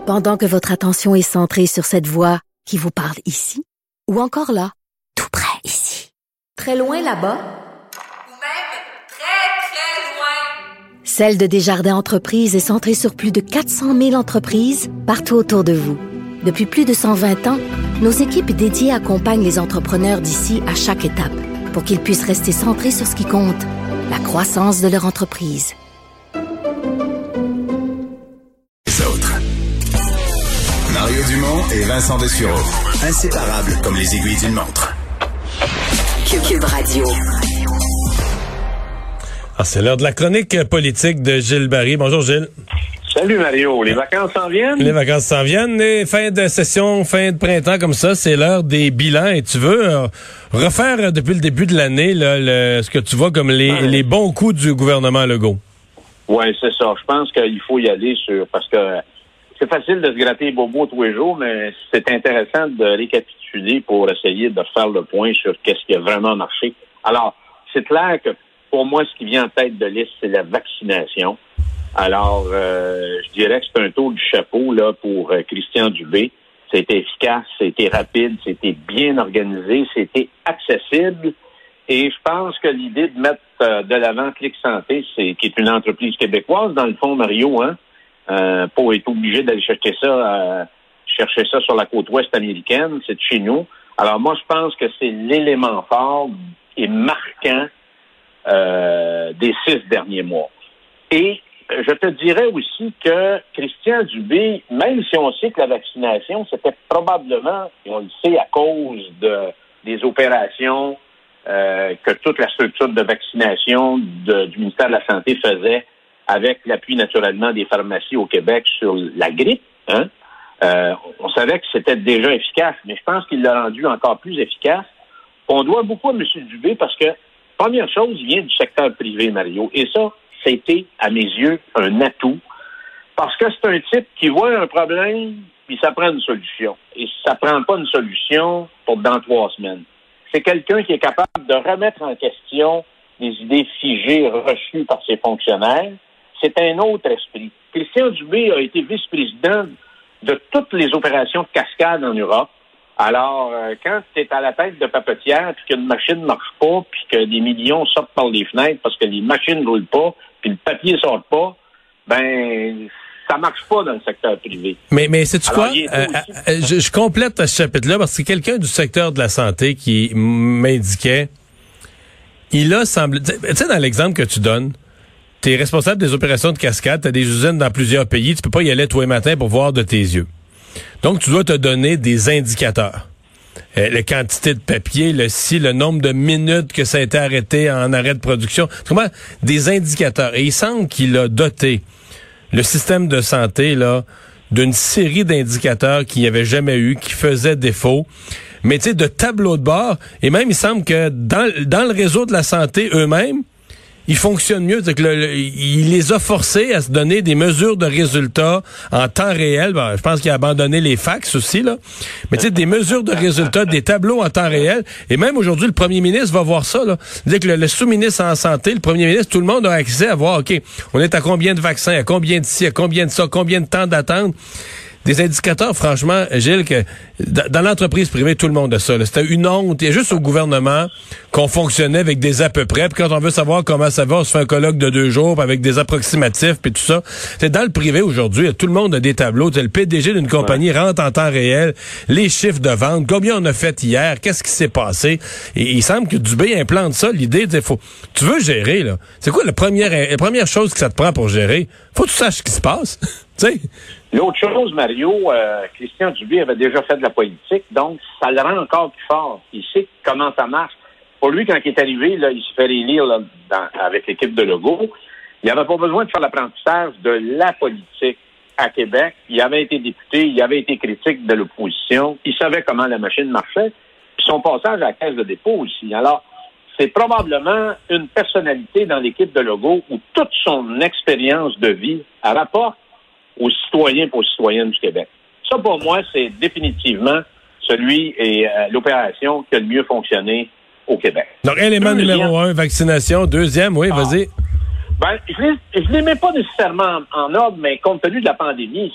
Pendant que votre attention est centrée sur cette voix qui vous parle ici, ou encore là, tout près ici, très loin là-bas, ou même très, très loin. Celle de Desjardins Entreprises est centrée sur plus de 400 000 entreprises partout autour de vous. Depuis plus de 120 ans, nos équipes dédiées accompagnent les entrepreneurs d'ici à chaque étape pour qu'ils puissent rester centrés sur ce qui compte, la croissance de leur entreprise. Mario Dumont et Vincent Dessureau. Inséparables comme les aiguilles d'une montre. Cube Radio. Ah, c'est l'heure de la chronique politique de Gilles Barry. Bonjour Gilles. Salut Mario, les vacances s'en viennent? Les vacances s'en viennent, les fins de session, fin de printemps comme ça, c'est l'heure des bilans et tu veux refaire depuis le début de l'année là, ce que tu vois comme les bons coups du gouvernement Legault. Oui, c'est ça. Je pense qu'il faut y aller parce que c'est facile de se gratter les bobos tous les jours, mais c'est intéressant de récapituler pour essayer de faire le point sur qu'est-ce qui a vraiment marché. Alors, c'est clair que pour moi, ce qui vient en tête de liste, c'est la vaccination. Alors, je dirais que c'est un tour du chapeau là pour Christian Dubé. C'était efficace, c'était rapide, c'était bien organisé, c'était accessible. Et je pense que l'idée de mettre de l'avant Clic Santé, qui est une entreprise québécoise, dans le fond, Mario, pas être obligé d'aller chercher ça sur la côte ouest américaine, c'est de chez nous. Alors moi, je pense que c'est l'élément fort et marquant des 6 derniers mois. Et je te dirais aussi que Christian Dubé, même si on sait que la vaccination, c'était probablement, et on le sait, à cause des opérations que toute la structure de vaccination du ministère de la Santé faisait, avec l'appui naturellement des pharmacies au Québec sur la grippe. On savait que c'était déjà efficace, mais je pense qu'il l'a rendu encore plus efficace. On doit beaucoup à M. Dubé parce que, première chose, il vient du secteur privé, Mario. Et ça a été, à mes yeux, un atout. Parce que c'est un type qui voit un problème, puis ça prend une solution. Et ça prend pas une solution pour dans 3 semaines. C'est quelqu'un qui est capable de remettre en question des idées figées, reçues par ses fonctionnaires. C'est un autre esprit. Christian Dubé a été vice-président de toutes les opérations de cascade en Europe. Alors, quand tu es à la tête de papetière, puis qu'une machine ne marche pas, puis que des millions sortent par les fenêtres parce que les machines ne roulent pas, puis le papier ne sort pas, ben ça marche pas dans le secteur privé. Mais sais-tu quoi? Je complète ce chapitre-là parce que c'est quelqu'un du secteur de la santé qui m'indiquait, il a semblé... Tu sais, dans l'exemple que tu donnes, t'es responsable des opérations de cascade, t'as des usines dans plusieurs pays, tu peux pas y aller tous les matins pour voir de tes yeux. Donc, tu dois te donner des indicateurs. La quantité de papier, le nombre de minutes que ça a été arrêté en arrêt de production. Comment? Des indicateurs. Et il semble qu'il a doté le système de santé, là, d'une série d'indicateurs qu'il n'y avait jamais eu, qui faisaient défaut. Mais, tu sais, de tableaux de bord. Et même, il semble que dans le réseau de la santé eux-mêmes, ils fonctionnent mieux. C'est que il les a forcés à se donner des mesures de résultats en temps réel. Bon, je pense qu'il a abandonné les fax aussi, là. Mais tu sais, des mesures de résultats, des tableaux en temps réel. Et même aujourd'hui, le premier ministre va voir ça, là. Dès que le sous-ministre en santé, le premier ministre, tout le monde a accès à voir, OK, on est à combien de vaccins, à combien de ci, à combien de ça, combien de temps d'attente. Des indicateurs, franchement, Gilles, que dans l'entreprise privée, tout le monde a ça. Là. C'était une honte. Il y a juste au gouvernement qu'on fonctionnait avec des à peu près. Puis quand on veut savoir comment ça va, on se fait un colloque de 2 jours avec des approximatifs puis tout ça. C'est dans le privé aujourd'hui, tout le monde a des tableaux. Le PDG d'une compagnie rentre en temps réel, les chiffres de vente, combien on a fait hier, qu'est-ce qui s'est passé. Et il semble que Dubé implante ça. L'idée, tu veux gérer, là. C'est quoi la première chose que ça te prend pour gérer? Faut que tu saches ce qui se passe. Tu sais. L'autre chose, Mario, Christian Dubé avait déjà fait de la politique, donc ça le rend encore plus fort. Il sait comment ça marche. Pour lui, quand il est arrivé, là, il se fait élire là, avec l'équipe de Legault. Il n'avait pas besoin de faire l'apprentissage de la politique à Québec. Il avait été député, il avait été critique de l'opposition. Il savait comment la machine marchait. Puis son passage à la Caisse de dépôt aussi. Alors, c'est probablement une personnalité dans l'équipe de Legault où toute son expérience de vie rapporte aux citoyens et aux citoyennes du Québec. Ça, pour moi, c'est définitivement celui et l'opération qui a le mieux fonctionné au Québec. Donc, élément numéro 1, vaccination. Deuxième, oui, vas-y. Ben, je ne les mets pas nécessairement en ordre, mais compte tenu de la pandémie,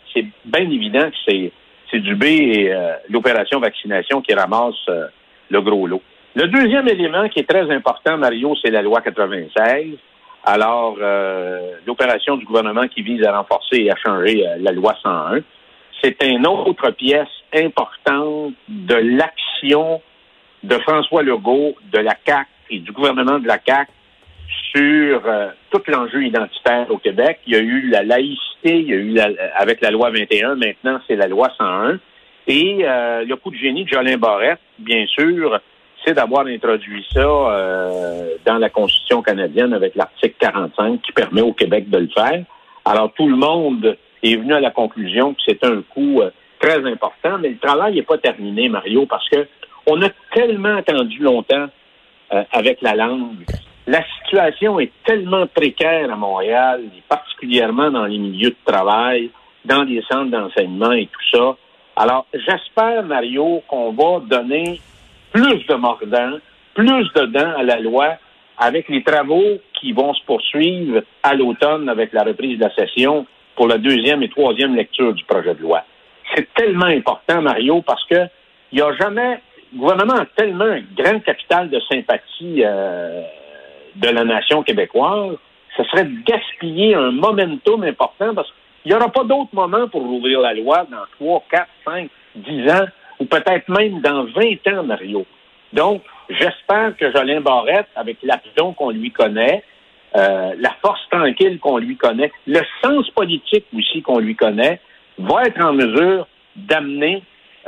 c'est bien évident que c'est Dubé et l'opération vaccination qui ramassent le gros lot. Le deuxième élément qui est très important, Mario, c'est la loi 96. Alors, l'opération du gouvernement qui vise à renforcer et à changer la loi 101, c'est une autre pièce importante de l'action de François Legault, de la CAQ et du gouvernement de la CAQ sur tout l'enjeu identitaire au Québec. Il y a eu la laïcité, il y a eu avec la loi 21, maintenant c'est la loi 101. Et le coup de génie de Jolin Barrette, bien sûr, c'est d'avoir introduit ça dans la Constitution canadienne avec l'article 45 qui permet au Québec de le faire. Alors tout le monde est venu à la conclusion que c'est un coup très important, mais le travail n'est pas terminé, Mario, parce que on a tellement attendu longtemps avec la langue. La situation est tellement précaire à Montréal, et particulièrement dans les milieux de travail, dans les centres d'enseignement et tout ça. Alors, j'espère, Mario, qu'on va donner plus de mordant, plus de dents à la loi avec les travaux qui vont se poursuivre à l'automne avec la reprise de la session pour la deuxième et troisième lecture du projet de loi. C'est tellement important, Mario, parce que il n'y a jamais... Le gouvernement a tellement un grand capital de sympathie de la nation québécoise, ce serait de gaspiller un momentum important parce qu'il n'y aura pas d'autre moment pour rouvrir la loi dans 3, 4, 5, 10 ans ou peut-être même dans 20 ans, Mario. Donc, j'espère que Jolin Barrette, avec l'aplomb qu'on lui connaît, la force tranquille qu'on lui connaît, le sens politique aussi qu'on lui connaît, va être en mesure d'amener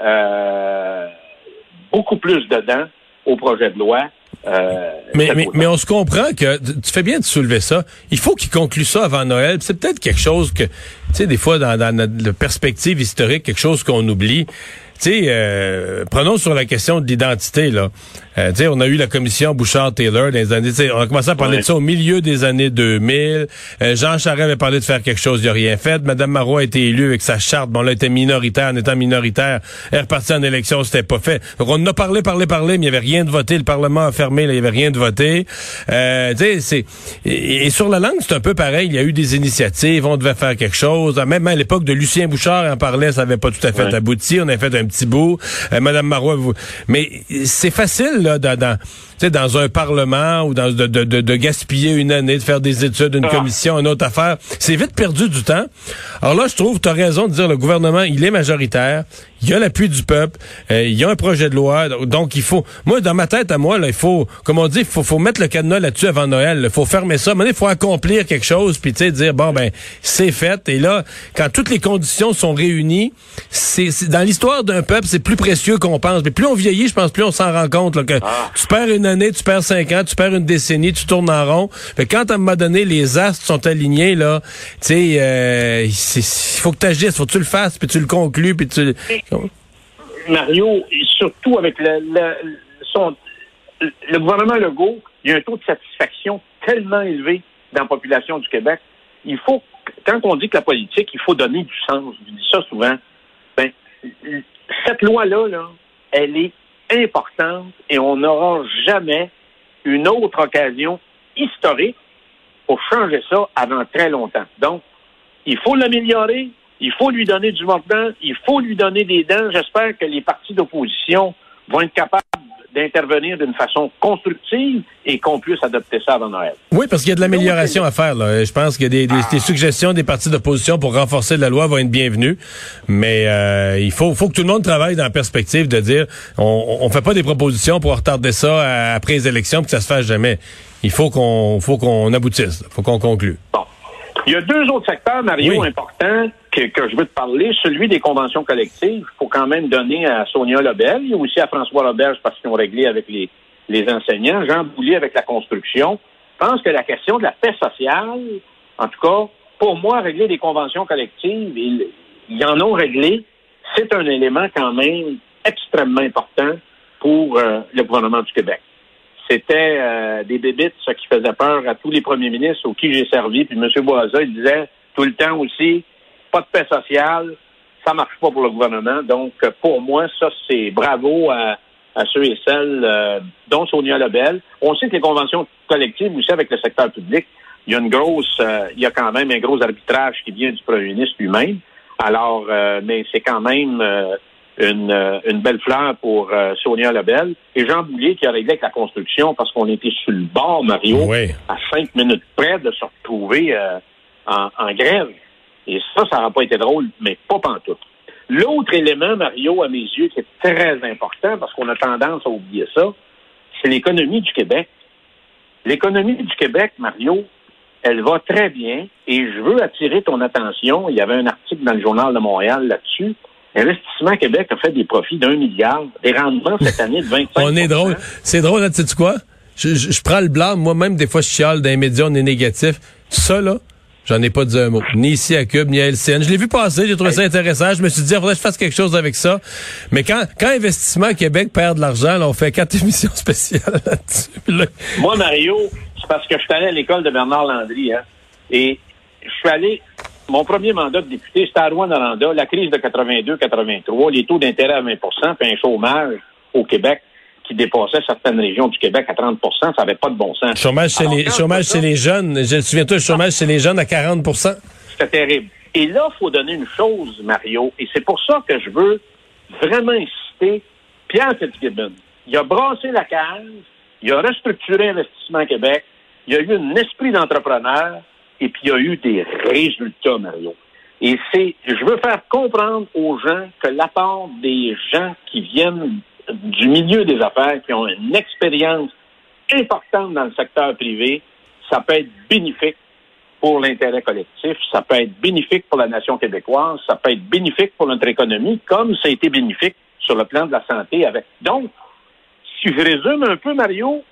beaucoup plus de dents au projet de loi. Mais on se comprend que tu fais bien de soulever ça. Il faut qu'il conclue ça avant Noël. C'est peut-être quelque chose que, tu sais, des fois dans notre perspective historique, quelque chose qu'on oublie. Tu sais, prenons sur la question de l'identité, là. Tu sais, on a eu la commission Bouchard-Taylor dans les années... On a commencé à parler de ça au milieu des années 2000. Jean Charest avait parlé de faire quelque chose, il n'a rien fait. Madame Marois a été élue avec sa charte. Bon, là, elle était minoritaire. En étant minoritaire, elle est repartie en élection, c'était pas fait. Donc, on en a parlé, mais il n'y avait rien de voté. Le Parlement a fermé, là, il n'y avait rien de voté. Tu sais, c'est... Et sur la langue, c'est un peu pareil. Il y a eu des initiatives, on devait faire quelque chose. Même à l'époque de Lucien Bouchard, en parlait, ça n'avait pas tout à fait abouti. On avait fait un petit bout. Madame Marois, mais c'est facile là dans un parlement ou de gaspiller une année, de faire des études, une commission, une autre affaire. C'est vite perdu du temps. Alors là, je trouve, tu as raison de dire, le gouvernement, il est majoritaire, il y a l'appui du peuple, il y a un projet de loi, donc il faut, moi, dans ma tête à moi, là, il faut, comme on dit, il faut mettre le cadenas là-dessus avant Noël, il faut fermer ça, mais il faut accomplir quelque chose, puis tu sais, dire, bon, ben, c'est fait, et là, quand toutes les conditions sont réunies, c'est dans l'histoire d'un peuple, c'est plus précieux qu'on pense, mais plus on vieillit, je pense, plus on s'en rend compte, là, que tu perds une année, tu perds 5 ans, tu perds une décennie, tu tournes en rond. Fait que quand à un moment donné, les astres sont alignés, là, tu sais, il faut que tu agisses, faut que tu le fasses, puis tu le conclues, puis tu... Mario, surtout avec le gouvernement Legault, il y a un taux de satisfaction tellement élevé dans la population du Québec. Il faut, quand on dit que la politique, il faut donner du sens, je dis ça souvent, ben, cette loi-là, là, elle est importante et on n'aura jamais une autre occasion historique pour changer ça avant très longtemps. Donc, il faut l'améliorer, il faut lui donner du mordant, il faut lui donner des dents. J'espère que les partis d'opposition vont être capables d'intervenir d'une façon constructive et qu'on puisse adopter ça avant Noël. Oui, parce qu'il y a de l'amélioration à faire, là. Je pense que des suggestions des partis d'opposition pour renforcer la loi vont être bienvenues, mais il faut que tout le monde travaille dans la perspective de dire on fait pas des propositions pour retarder ça après les élections puis que ça se fasse jamais. Il faut qu'on aboutisse, il faut qu'on conclue. Bon. Il y a 2 autres secteurs, Mario, importants que je veux te parler. Celui des conventions collectives, il faut quand même donner à Sonia Lebel. Il y a aussi à François Roberge parce qu'ils ont réglé avec les enseignants. Jean Boulier avec la construction. Je pense que la question de la paix sociale, en tout cas, pour moi, régler des conventions collectives, ils en ont réglé. C'est un élément quand même extrêmement important pour le gouvernement du Québec. C'était des bébites, ce qui faisait peur à tous les premiers ministres auxquels j'ai servi. Puis M. Bourassa, il disait tout le temps aussi, pas de paix sociale, ça marche pas pour le gouvernement. Donc, pour moi, ça, c'est bravo à ceux et celles, dont Sonia Lebel. On sait que les conventions collectives, aussi avec le secteur public, il y a quand même un gros arbitrage qui vient du premier ministre lui-même. Alors, mais c'est quand même une belle fleur pour Sonia Lebel. Et Jean Boulier qui a réglé avec la construction parce qu'on était sur le bord, Mario, à 5 minutes près de se retrouver en grève. Et ça n'aurait pas été drôle, mais pas pantoute. L'autre élément, Mario, à mes yeux, qui est très important, parce qu'on a tendance à oublier ça, c'est l'économie du Québec. L'économie du Québec, Mario, elle va très bien, et je veux attirer ton attention. Il y avait un article dans le Journal de Montréal là-dessus. Investissement Québec a fait des profits d'1 milliard, des rendements cette année de 25%. On est drôle. C'est drôle, là, tu sais quoi? Je prends le blâme. Moi-même, des fois, je chiale dans les médias, on est négatif. Ça, là, j'en ai pas dit un mot. Ni ici à Cube, ni à LCN. Je l'ai vu passer, j'ai trouvé ça intéressant. Je me suis dit, il faudrait que je fasse quelque chose avec ça. Mais quand Investissement Québec perd de l'argent, là, on fait 4 émissions spéciales là-dessus. Là. Moi, Mario, c'est parce que je suis allé à l'école de Bernard Landry, hein. Et je suis allé, mon premier mandat de député, c'était à Rouen-Noranda, la crise de 82-83, les taux d'intérêt à 20%, puis un chômage au Québec qui dépassait certaines régions du Québec à 30%, ça n'avait pas de bon sens. Chômage chez les jeunes, je me souviens-toi, le chômage chez les jeunes à 40%. C'était terrible. Et là, il faut donner une chose, Mario, et c'est pour ça que je veux vraiment insister. Pierre Fitzgibbon, il a brassé la case, il a restructuré Investissement Québec, il y a eu un esprit d'entrepreneur, et puis il y a eu des résultats, Mario. Et je veux faire comprendre aux gens que l'apport des gens qui viennent du milieu des affaires, qui ont une expérience importante dans le secteur privé, ça peut être bénéfique pour l'intérêt collectif, ça peut être bénéfique pour la nation québécoise, ça peut être bénéfique pour notre économie, comme ça a été bénéfique sur le plan de la santé. Donc, si je résume un peu, Mario,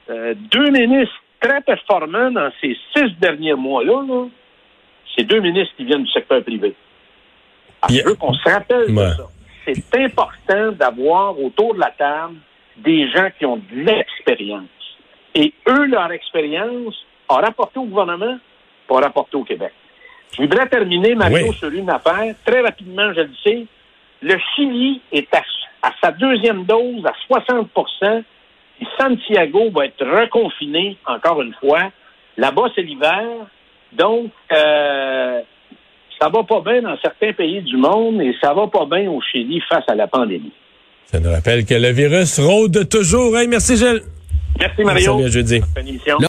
2 ministres très performants dans ces 6 derniers mois-là, c'est 2 ministres qui viennent du secteur privé. Alors, je veux qu'on se rappelle de ça. C'est important d'avoir autour de la table des gens qui ont de l'expérience. Et eux, leur expérience a rapporté au gouvernement, pas rapporté au Québec. Je voudrais terminer, Mario, sur une affaire. Très rapidement, je le sais. Le Chili est à sa 2e dose à 60%. Et Santiago va être reconfiné, encore une fois. Là-bas, c'est l'hiver. Donc, ça va pas bien dans certains pays du monde et ça va pas bien au Chili face à la pandémie. Ça nous rappelle que le virus rôde toujours. Hey, merci, Gilles. Merci, Mario. Salut, à jeudi.